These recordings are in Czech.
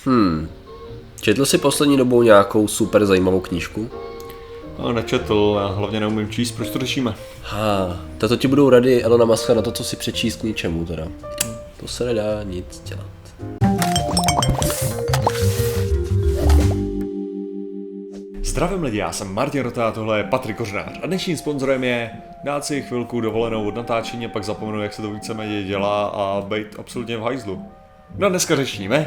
Četl jsi poslední dobou nějakou super zajímavou knížku? No, nečetl, já hlavně neumím číst, proč to řešíme? Tato ti budou rady Elona Muska na to, co si přečíst k ničemu teda. To se nedá nic dělat. Zdravím lidi, já jsem Martin Rota a tohle je Patrik Kořenář a dnešním sponzorem je dát si chvilku dovolenou od natáčení a pak zapomenout, jak se to víceméně dělá a být absolutně v hajzlu. No dneska řešíme.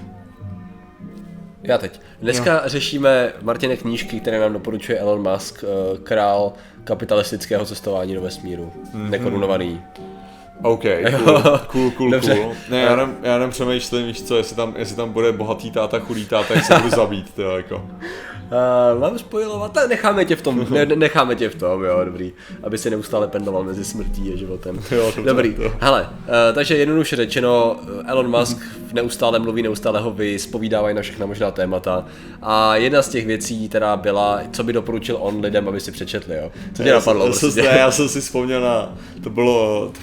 Já teď. Dneska řešíme Martine knížky, které nám doporučuje Elon Musk, král kapitalistického cestování do vesmíru. Nekorunovaný. OK, cool. Ne, já jenom přemýšlím, víš co, jestli tam bude bohatý táta, chudý táta, jak se budu zabít, to jako. Mám spojovat, necháme tě v tom, jo, dobrý, aby si neustále pendoval mezi smrtí a životem. Jo, dobrý, hele, takže jednoduše řečeno, Elon Musk neustále mluví, neustále ho vyspovídávají na všechna možná témata a jedna z těch věcí, která byla, co by doporučil on lidem, aby si přečetli, jo. Co tě napadlo? Já jsem si vzpomněl na, to bylo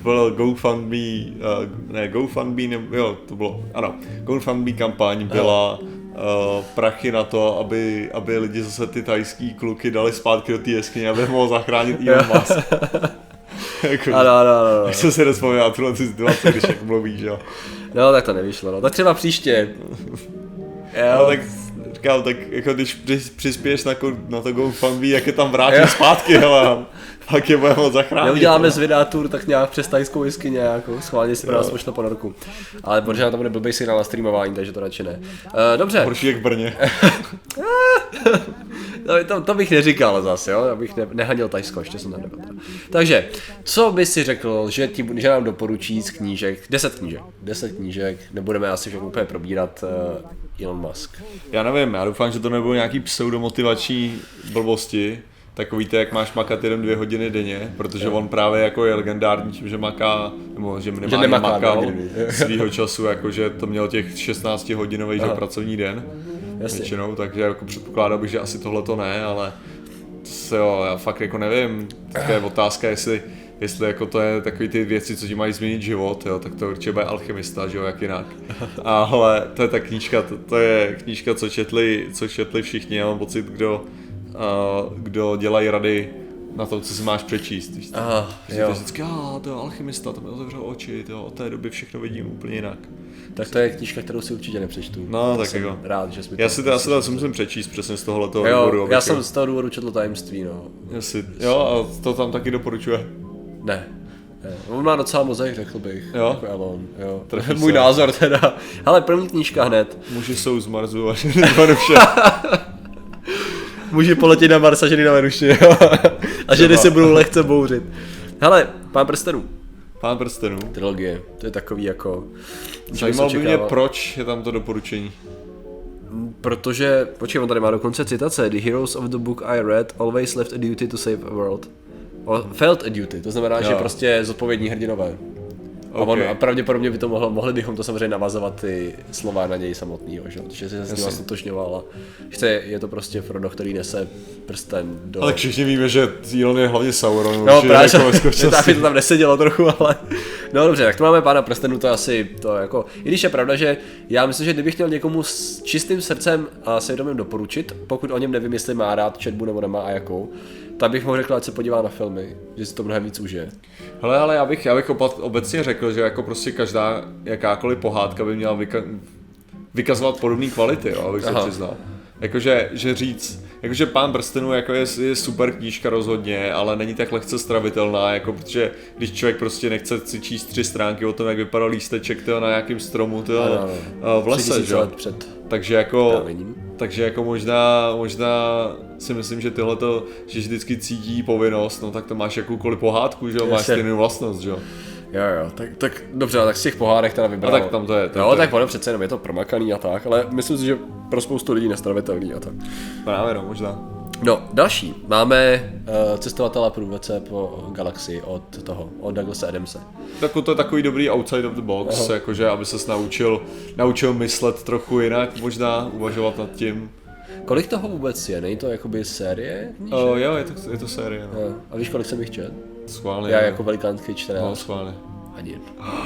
GoFundMe kampaň byla prachy na to, aby lidi zase ty thajský kluky dali zpátky do té jeskyně, aby mohl zachránit Elon Musk. Ano. Tak jsem si nevzpomněl na tuhle situaci, když jak mluvíš, jo. No, tak to nevyšlo, no. Tak třeba příště. No, tak říkám, tak jako když přispěješ na to GoFundMe, jak je tam vrátím zpátky, hele, pak je budeme moc zachránit. Neuděláme z videa tour tak nějak přes tajskou jeskyni nějakou, schválně si pro nás pošlo ponorku. Ale protože tam bude blbej signál na streamování, takže to radši ne. Dobře. Horší jak v Brně. To bych neříkal zase, jo, abych nehanil Tajsko, ještě jsem tam nebyl. Takže, co bys si řekl, že nám doporučí z knížek, 10 knížek, nebudeme asi všechno úplně probírat Elon Musk. Já nevím, já doufám, že to nebudou nějaký pseudomotivační blbosti, takový to, jak máš makat 1-2 hodiny denně, protože on právě jako je legendární tím, že maká, nebo že minimálně makal svýho času, jakože to měl těch 16-hodinový pracovní den. Většinou, takže jako předpokládal bych, že asi tohle to ne, ale já fakt jako nevím, také je otázka, jestli jako to je takový ty věci, co ti mají změnit život, jo, tak to určitě bude alchymista, že jo, jak jinak. Ale to je ta knížka, to je knížka, co četli všichni, já mám pocit, kdo dělají rady na to, co si máš přečíst. Že to vždycky, to je alchymista, to mi otevřel oči, od té doby všechno vidím úplně jinak. Tak to je knížka, kterou si určitě nepřečtu. No, tak jako. Rád, že jsi mi Já si to musím přečíst přesně z tohoto důvodu. Já jsem z toho důvodu četl Tajemství, no. Jo, a to tam taky doporučuje? Ne. On má docela mozek, řekl bych. Jo? Jako Elon, jo. Můj názor teda. Hele, první knížka hned. Muži jsou z Marsu a ženy z Venuše. Muži poletět na Mars a ženy na Venuši, jo. A ženy se budou lehce bouřit. Hele, Pán prstenů. Trilogie, to je takový jako... Zajímalo by mě, proč je tam to doporučení. Protože, počkej, on tady má dokonce citace. The heroes of the book I read always left a duty to save a world. Felt a duty, to znamená, že prostě zodpovědní hrdinové. Okay. A pravděpodobně by to mohli bychom to samozřejmě navazovat ty slova na něj samotnýho, že se s ním stotožňoval a je to prostě Frodo, který nese prsten do... Ale všichni víme, že Elon je hlavně Sauron. No právě, že to tam nesedělo trochu, ale... No dobře, tak to máme Pána prstenů, to asi to jako... I když je pravda, že já myslím, že kdybych chtěl někomu s čistým srdcem a svědomím doporučit, pokud o něm nevím, jestli má rád četbu nebo nemá a jakou, tak bych mohl řekl, ať se podívá na filmy, že si to mnohem víc užije. Hele, ale já bych obecně řekl, že jako prostě každá jakákoliv pohádka by měla vykazovat podobné kvality, jo, abych se přiznal. Jakože Pán prstenů jako je super knížka rozhodně, ale není tak lehce stravitelná, jako protože když člověk prostě nechce si číst 3 stránky o tom, jak vypadal lísteček na nějakém stromu v lese, že? Takže jako možná si myslím, že tohleto, že vždycky cítí povinnost, no tak to máš jakoukoliv pohádku, že jo, máš stejnou vlastnost, že jo. Jo, tak dobře, tak z těch pohádek teda vybral. A tak tam to je. Tak ono přece jenom je to promakaný a tak, ale myslím si, že pro spoustu lidí nestravitelný a tak. Právě no, možná. No, další. Máme cestovatele průvodce po galaxii od Douglase Adamse. Tak to je takový dobrý outside of the box, jakože aby ses naučil myslet trochu jinak, možná uvažovat nad tím. Kolik toho vůbec je? Není to jakoby série? Jo, je to série. No. A víš, kolik jsem jich čet? Schválně. Já jako velikánský čtenář. No, schválně. Ani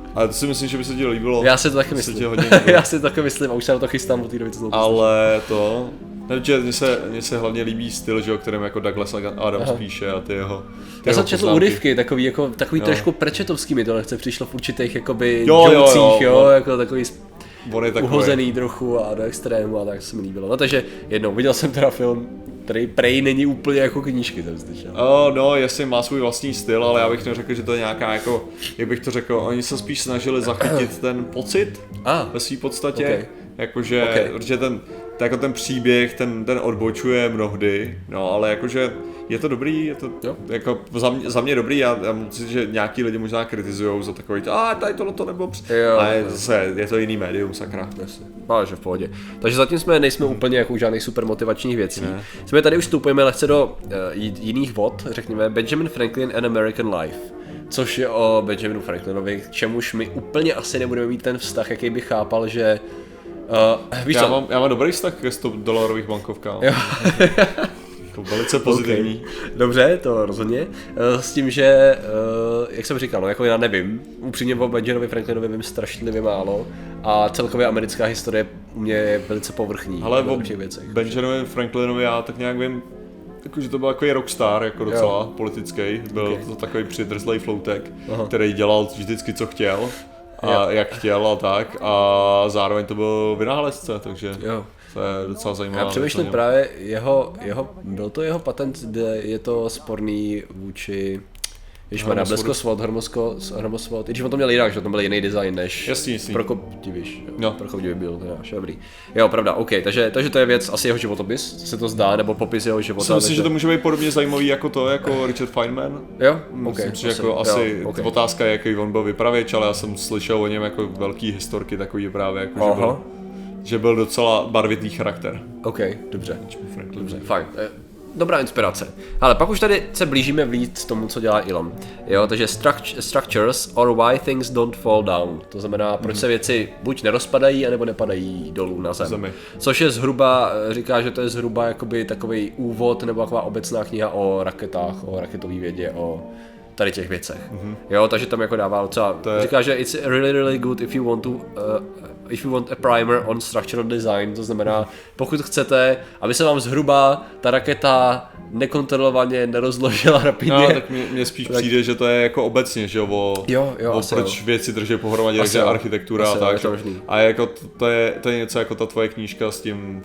Ale to si myslím, že by se ti líbilo. Já si to taky myslím. Já si to taky myslím a už se na to chystám od té doby, co znovu. Ale to... Mně se hlavně líbí styl, že, o kterém jako Douglas Adams píše a ty jeho já jsem četl úryvky, takový trošku prečetovský mi to nechce přišlo v určitých jakoby joutcích, jako takový uhozený trochu a do extrému a tak se mi líbilo. No takže jednou viděl jsem teda film, který prej není úplně jako knížky, jsem slyšel. No, jasně má svůj vlastní styl, ale já bych neřekl, že to je nějaká jako, jak bych to řekl, oni se spíš snažili zachytit ten pocit ve své podstatě, jakože, protože ten příběh, ten odbočuje mnohdy, no ale jakože je to dobrý, je to jako za mě dobrý, já myslím, že nějaký lidi možná kritizujou za takový tady tohleto nebo ale zase je to jiný médium, sakra. Ale že v pohodě. Takže zatím nejsme úplně jako žádných super motivačních věcí. Jsme tady už vstupujeme lehce do jiných vod, řekněme Benjamin Franklin and American Life. Což je o Benjaminu Franklinovi, k čemuž my úplně asi nebudeme mít ten vztah, jaký bych chápal, že já mám dobrý vztah ke $100 bankovkám. Velice pozitivní. Okay. Dobře, to rozhodně. S tím, že, jak jsem říkal, jako já nevím, upřímně o Benjaminovi Franklinovi vím strašlivě málo a celkově americká historie u mě je velice povrchní. Ale o Benjaminovi Franklinovi já tak nějak vím, že to byl takový rockstar, jako docela politický, byl to takový přidrzlej floutek, který dělal vždycky co chtěl. A jak chtěl a tak a zároveň to byl vynálezce, takže to je docela zajímavé. Já přemýšlím právě byl to jeho patent, kde je to sporný vůči Bleskosvod, Hromosvod, i když on to měl jinak, že to byl jiný design než Prokopdiviš. Prokopdiviš byl teda dobrý. Jo, pravda, OK, takže to je věc, asi jeho životopis, se to zdá, nebo popis jeho života. Myslím, že to může být podobně zajímavý jako Richard Feynman. Jo, myslím, že jako asi otázka je, jaký on byl vypravěč, ale já jsem slyšel o něm jako velký historky takový právě, jako že byl docela barvitý charakter. OK, dobře, fajn. Dobrá inspirace. Ale pak už tady se blížíme víc tomu, co dělá Elon. Jo, takže structures or why things don't fall down. To znamená, proč se věci buď nerozpadají, anebo nepadají dolů na zem. Což je zhruba, říká, že to je zhruba jakoby takový úvod nebo taková obecná kniha o raketách, o raketové vědě, o tady těch věcech. Jo, takže tam jako dává docela, říká, že it's really good if you want a primer on structural design, to znamená, pokud chcete, aby se vám zhruba ta raketa nekontrolovaně nerozložila rapidně. No, tak mně spíš přijde, že to je jako obecně, že o proč věci drží pohromadě, takže architektura a tak. A jako to je něco jako ta tvoje knížka s tím,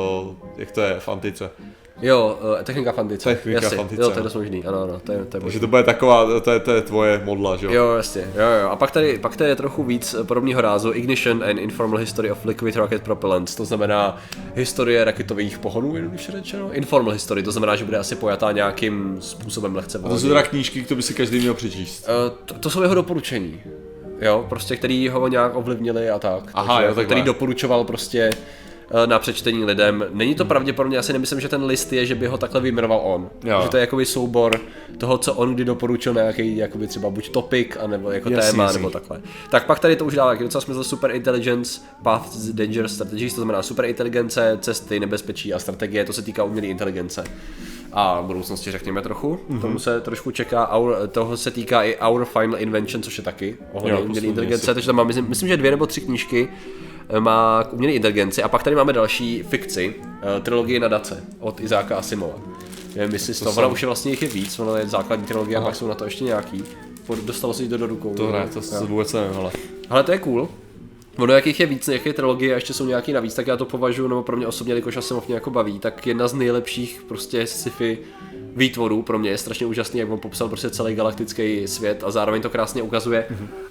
jak to je, v antice. Jo, technika fantice. Jo, to je dost možný, ano, to je takže to bude taková, to je tvoje modla, že jo? Jo, jasně, jo. A pak tady je trochu víc podobného rázu Ignition and Informal History of Liquid Rocket Propellants, to znamená historie raketových pohonů, jednoduše řečeno. Informal history, to znamená, že bude asi pojatá nějakým způsobem lehce. A to jsou teda knížky, které by si každý měl přečíst. To jsou jeho doporučení. Jo, prostě, který ho nějak ovlivnili a tak. Aha, jo, který doporučoval prostě na přečtení lidem. Není to pravděpodobně, asi nemyslím, že ten list je, že by ho takhle vyjmenoval on. Že to je jakoby soubor toho, co on kdy doporučil nějaký jakoby třeba buď topic, anebo jako téma, nebo takhle. Tak pak tady to už dává jaký docela smysl super intelligence, paths, danger, strategies, to znamená super inteligence, cesty, nebezpečí a strategie, to se týká umělé inteligence. A v budoucnosti řekněme trochu, tomu se trošku čeká, toho se týká i Our Final Invention, což je taky ohledně umělé inteligence, takže tam mám, myslím, že 2 nebo 3 knížky má k umělé inteligenci a pak tady máme další fikci, trilogii Nadace od Izáka Asimova. Nevím, jestli z toho, ona už je vlastně jich je víc, ona je základní trilogie a pak jsou na to ještě nějaký. Dostalo se jí to do rukou. To vůbec nevím, ale to je cool. Ono jakých je víc, jaké trilogie a ještě jsou nějaký navíc, tak já to považuji, nebo pro mě osobně, jakož Asimov mě jako baví, tak jedna z nejlepších prostě sci-fi výtvorů pro mě je strašně úžasný, jak on popsal prostě celý galaktický svět a zároveň to krásně ukazuje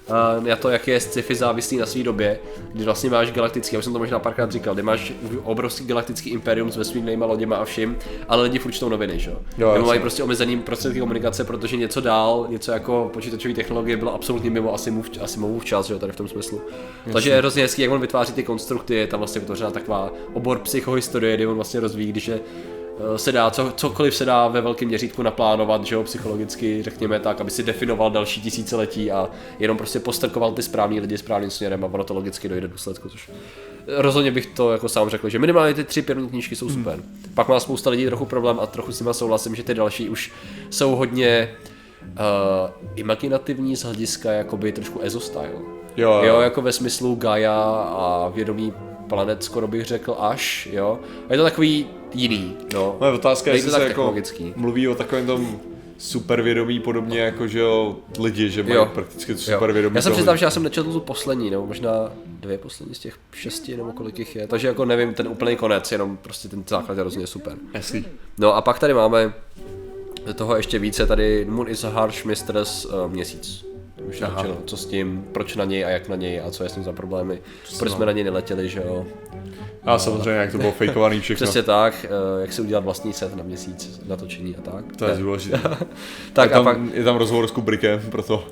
na to, jak je sci-fi závislý na své době, kdy vlastně máš galaktický, já už jsem to možná párkrát říkal, kdy máš obrovský galaktický impérium s vesmírnýma loděma a vším, ale lidi furt čtou noviny, že jo? Mají prostě omezený prostředky komunikace, protože něco dál, něco jako počítačové technologie bylo absolutně mimo Asimovův čas, že jo, tady v tom smyslu. Takže je hrozně hezký, jak on vytváří ty konstrukty, je tam vlastně vytvořena taková obor psychohistorie, kdy on vlastně rozvíjí, když je se dá, cokoliv se dá ve velkém měřítku naplánovat, že jo, psychologicky, řekněme tak, aby si definoval další tisíciletí a jenom prostě postrkoval ty správný lidi správným směrem a ono to logicky dojde důsledku, což rozhodně bych to jako sám řekl, že minimálně ty 3 první knížky jsou super. Pak má spousta lidí trochu problém a trochu s nima souhlasím, že ty další už jsou hodně imaginativní z hlediska jakoby trošku ESO style. Jo, jako ve smyslu Gaia a vědomí planet, skoro bych řekl až, jo. A je to takový jiný, no. Moje otázka je, jestli se jako mluví o takovém tom supervědomí podobně jako, že jo, lidi, že mají prakticky supervědomí. Já jsem přiznám, že já jsem nečetl tu poslední, nebo možná 2 poslední z těch 6, nebo kolik jich je, takže jako nevím ten úplný konec, jenom prostě ten základ je hrozně super. Jasný. No a pak tady máme toho ještě více, tady Moon is a harsh mistress, měsíc. Už je řečeno, co s tím, proč na něj a jak na něj a co je s tím za problémy, proč jsme na něj neletěli, že jo. A samozřejmě, jak to bylo fejkovaný všechno. Přesně tak, jak si udělat vlastní set na měsíc, natočení a tak. To je důležité. Tak je tam rozhovor s Kubrickem, proto.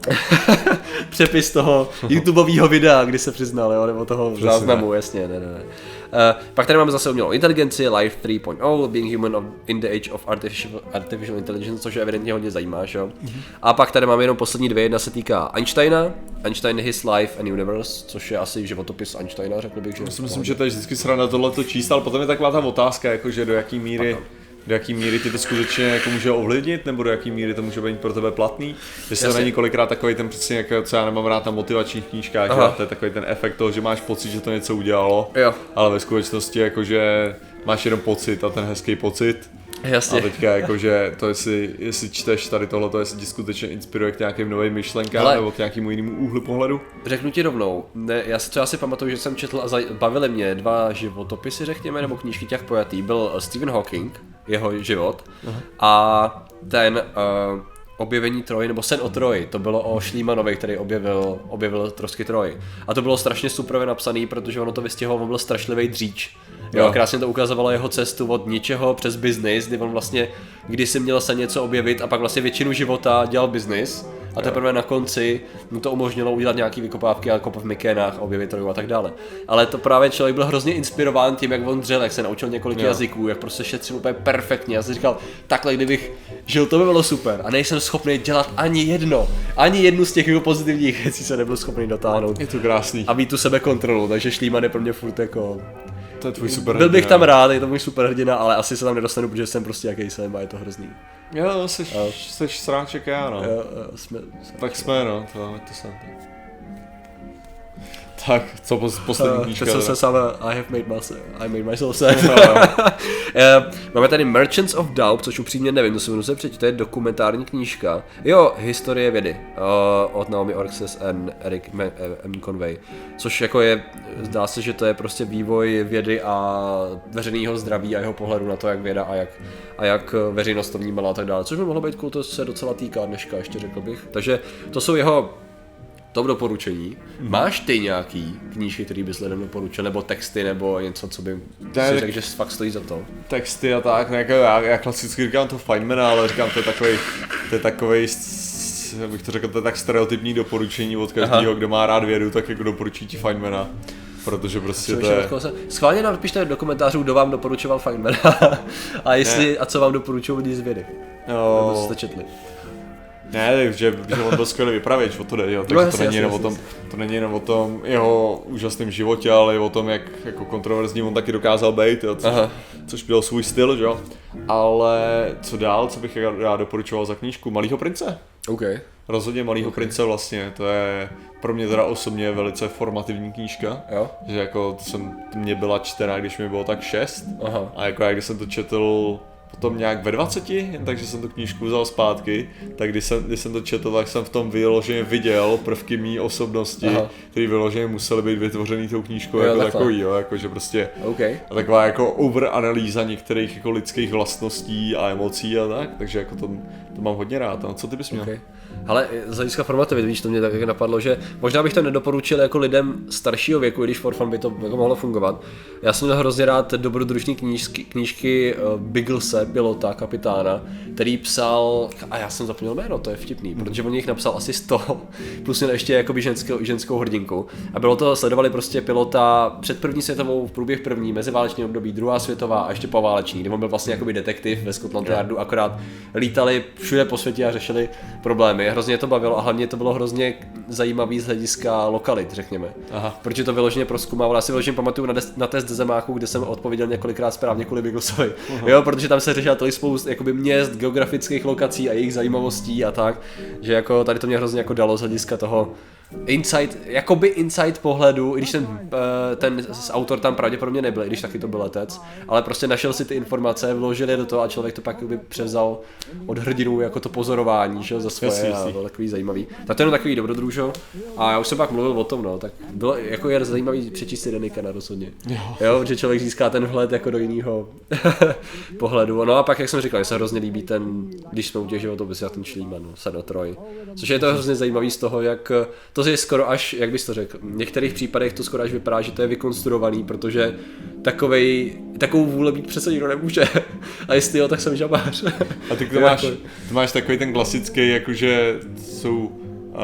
Přepis toho YouTubeového videa, kdy se přiznal, jo, nebo toho záznamu, jasně, ne. Pak tady máme zase umělou inteligenci, Life 3.0, Being Human in the Age of Artificial Intelligence, což je evidentně hodně zajímá, že jo. A pak tady máme jenom poslední 2, jedna se týká Einsteina, Einstein, His Life and Universe, což je asi životopis Einsteina, řekl bych, že. Myslím, že to je vždycky sranda tohleto číst, ale potom je taková ta otázka, jakože do jaký míry ty to skutečně jako může ovlivnit, nebo do jaký míry to může být pro tebe platný. Jestli to není kolikrát takový ten přesně, jako, co já nemám rád na motivačních knížkách, že to je takový ten efekt toho, že máš pocit, že to něco udělalo, ale ve skutečnosti jakože máš jenom pocit a ten hezký pocit. Jasně. A teďka jakože to jestli čteš tady tohleto, jestli ti skutečně inspiruje k nějakým novým myšlenkám nebo k nějakému jinému úhlu pohledu. Řeknu ti rovnou, já si třeba pamatuju, že jsem četl a bavily mě 2 životopisy, řekněme, nebo knížky těch pojatý. Byl Stephen Hawking, jeho život, a ten objevení Troji, nebo Sen o Troji, to bylo o Schliemannovi, který objevil trosky Troji. A to bylo strašně super napsaný, protože ono to vystihovalo, on byl strašlivý dříč. Jo, krásně to ukazovalo jeho cestu od ničeho přes biznis, kdy on vlastně kdysi měl se něco objevit a pak vlastně většinu života dělal biznis a teprve na konci mu to umožnilo udělat nějaký vykopávky a kopat v Mykénách a objevit Troju a tak dále. Ale to právě člověk byl hrozně inspirován tím, jak on dřel, jak se naučil několik jazyků, jak prostě šetřil úplně perfektně. Já si říkal, takhle kdybych žil, to by bylo super a nejsem schopný dělat ani jednu z těch jeho pozitivních věcí se nebyl schopný dotáhnout. Je to krásný. A mít tu sebekontrolu, takže Schliemann je pro mě furt jako. To je tvůj super Byl bych tam rád, je to můj superhrdina, ale asi se tam nedostanu, protože jsem prostě jaký jsem a je to hrozný. Jo, jsi sráček já, no. Jo, tak jsme, no, to jsem. Tak, co poslední knížka? To jsem sám, I made myself sad. Máme tady Merchants of Doubt, což upřímně nevím, to si budu se přečíst, to je dokumentární knížka. Jo, Historie vědy, od Naomi Oreskes a Eric M. Conway, což jako je, zdá se, že to je prostě vývoj vědy a veřejného zdraví a jeho pohledu na to, jak věda a jak veřejnost to vnímala a tak dále, což by mohlo být cool, to se docela týká dneška, ještě řekl bych. Takže to jsou jeho top doporučení. Máš ty nějaký knížky, který bys lidem doporučil, nebo texty, nebo něco, co by si řekl, že fakt stojí za to? Texty a tak, jako já klasicky říkám to Feynmana, ale říkám, to je takovej, bych to řekl, to je tak stereotypní doporučení od každého, kdo má rád vědu, tak jako doporučí ti Feynmana. Protože prostě to je. Schválně nám napište do komentářů, kdo vám doporučoval Feynmana a co vám doporučují lidi z vědy. Nebo jste četli. Ne, že on byl skvělý vypravěč, o to jde, jo. Takže to není jenom o tom jeho úžasném životě, ale i o tom, jak jako kontroverzní on taky dokázal být, jo, což byl svůj styl, že jo. Ale co dál, co bych rád doporučoval za knížku? Malýho prince. Okay. Rozhodně Malýho prince vlastně, to je pro mě teda osobně velice formativní knížka. Jo. Že jako mě byla čtená, když mi bylo tak 6. A jako když jsem to četl potom nějak ve 20, takže jsem tu knížku vzal zpátky, tak když jsem to četl, tak jsem v tom vyloženě viděl prvky mý osobnosti, které vyloženě musely být vytvořený tou knížkou jako takový, jo, jakože prostě a taková jako overanalýza některých jako lidských vlastností a emocí a tak, takže jako to mám hodně rád, no. Co ty bys měl? Ale z hlediska formativy, víš, to mě tak napadlo, že možná bych to nedoporučil jako lidem staršího věku, když for fun by to jako mohlo fungovat. Já jsem měl hrozně rád dobrodružný knížky Bigglese, pilota, kapitána, který psal, a já jsem zapomněl jméno, to je vtipný, protože on jich napsal asi 100, plus měl ještě jakoby ženskou hrdinku. A bylo to, sledovali prostě pilota před první světovou, v průběh první, meziválečný období, druhá světová a ještě pováleční, kdy on byl vlastně jakoby detektiv ve Scotland Yardu, akorát lítali všude po světě a řešili problémy. Hrozně to bavilo a hlavně to bylo hrozně zajímavý z hlediska lokalit, řekněme. Protože to vyloženě prozkoumával. Já si vyloženě pamatuju na test Zemáku, kde jsem odpověděl několikrát správně kvůli Bigglesovi. Jo, protože tam se řešila tolik spoustu jakoby měst, geografických lokací a jejich zajímavostí a tak, že jako tady to mě hrozně jako dalo z hlediska toho jakoby insight pohledu, i když ten autor tam pravděpodobně nebyl, i když taky to byl letec, ale prostě našel si ty informace, vložil je do toho a člověk to pak by převzal od hrdinů jako to pozorování, že, za svoje a bylo takový zajímavý. Tak to je takový dobrodružo a já už jsem pak mluvil o tom, no, tak bylo jako je zajímavý přečíst si Denykena rozhodně. Jo, že člověk získá ten vhled jako do jiného pohledu. No a pak, jak jsem říkal, se hrozně líbí ten, když jsme u těch životopisů, ten Schliemann, Sano Troy. Což je to hrozně zajímavý z toho, jak to je skoro až, jak bys to řekl, v některých případech to skoro až vypadá, že to je vykonstruovaný, protože takovou vůle být přece nikdo nemůže. A jestli jo, tak jsem žabář. A ty to máš takový ten klasický, jakože jsou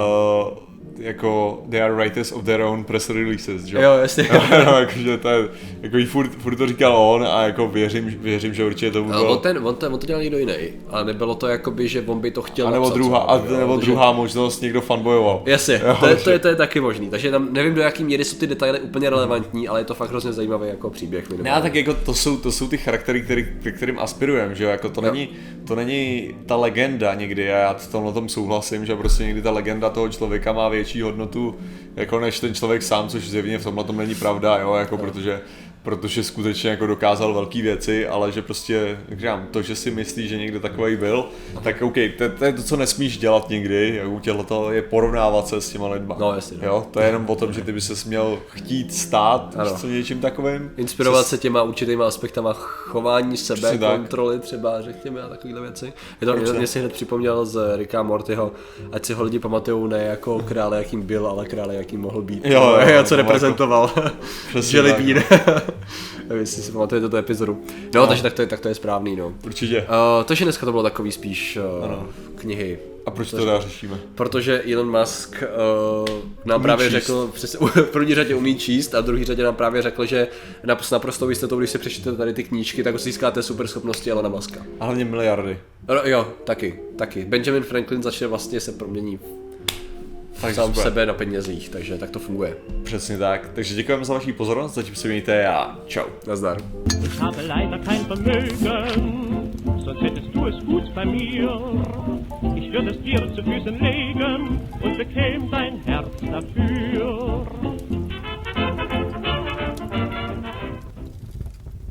jako they are writers of their own press releases, že? Jo, jasně. No, jakože to je, jako furt to říkal on a jako věřím, že určitě to bylo. On to dělal někdo jiný, a nebylo to jakoby, že on by to chtěl napsat. Nebo druhá možnost, někdo fanbojoval. Jasně, to je taky možný, takže tam nevím, do jaký míry jsou ty detaily úplně relevantní, ale je to fakt hrozně zajímavý jako příběh. Ne, a tak jako to jsou ty charaktery, ke kterým aspirujeme, že jo, jako to není ta legenda někdy, a já v tom souhlasím, že prostě někdy ta legenda toho člověka má větší hodnotu jako než ten člověk sám, což zjevně v tomhle tom není pravda, jo, jako protože skutečně jako dokázal velké věci, ale že prostě, to, že si myslí, že někdo takovej byl, tak OK, to je to, co nesmíš dělat nikdy, jak u těchto je porovnávat se s těma lidma. No, jasně, no. Jo, to je jenom o tom, že ty by ses měl chtít stát s něčím takovým. Inspirovat se těma určitýma aspektama chování sebe, kontroly třeba, řekněme, a takovýhle věci. Mě si hned připomněl z Ricka Mortyho, ať si ho lidi pamatujou ne jako krále, jakým byl, ale krále, jakým mohl být. Jo, co reprezentoval. Jelly Bean. Nevím, jestli si pamatujete tuto epizodu. No, takže tak to je správný, no. Určitě. Takže dneska to bylo takový spíš knihy. A proč to dá řešíme? Protože Elon Musk nám právě řekl, v první řadě umí číst a v druhé řadě nám právě řekl, že naprosto jistotou, když si přečtete tady ty knížky, tak získáte super schopnosti Elona Muska. A hlavně miliardy. Jo, taky. Benjamin Franklin začne vlastně se promění sám sebe na penězích, takže tak to funguje. Přesně tak. Takže děkujeme za vaši pozornost, zatím se mějte a čau. Nazdar. Ich habe leider kein Vermögen, sonst hättest du es gut bei mir. Ich würde es dir zu Füßen legen und bekäm dein Herz dafür.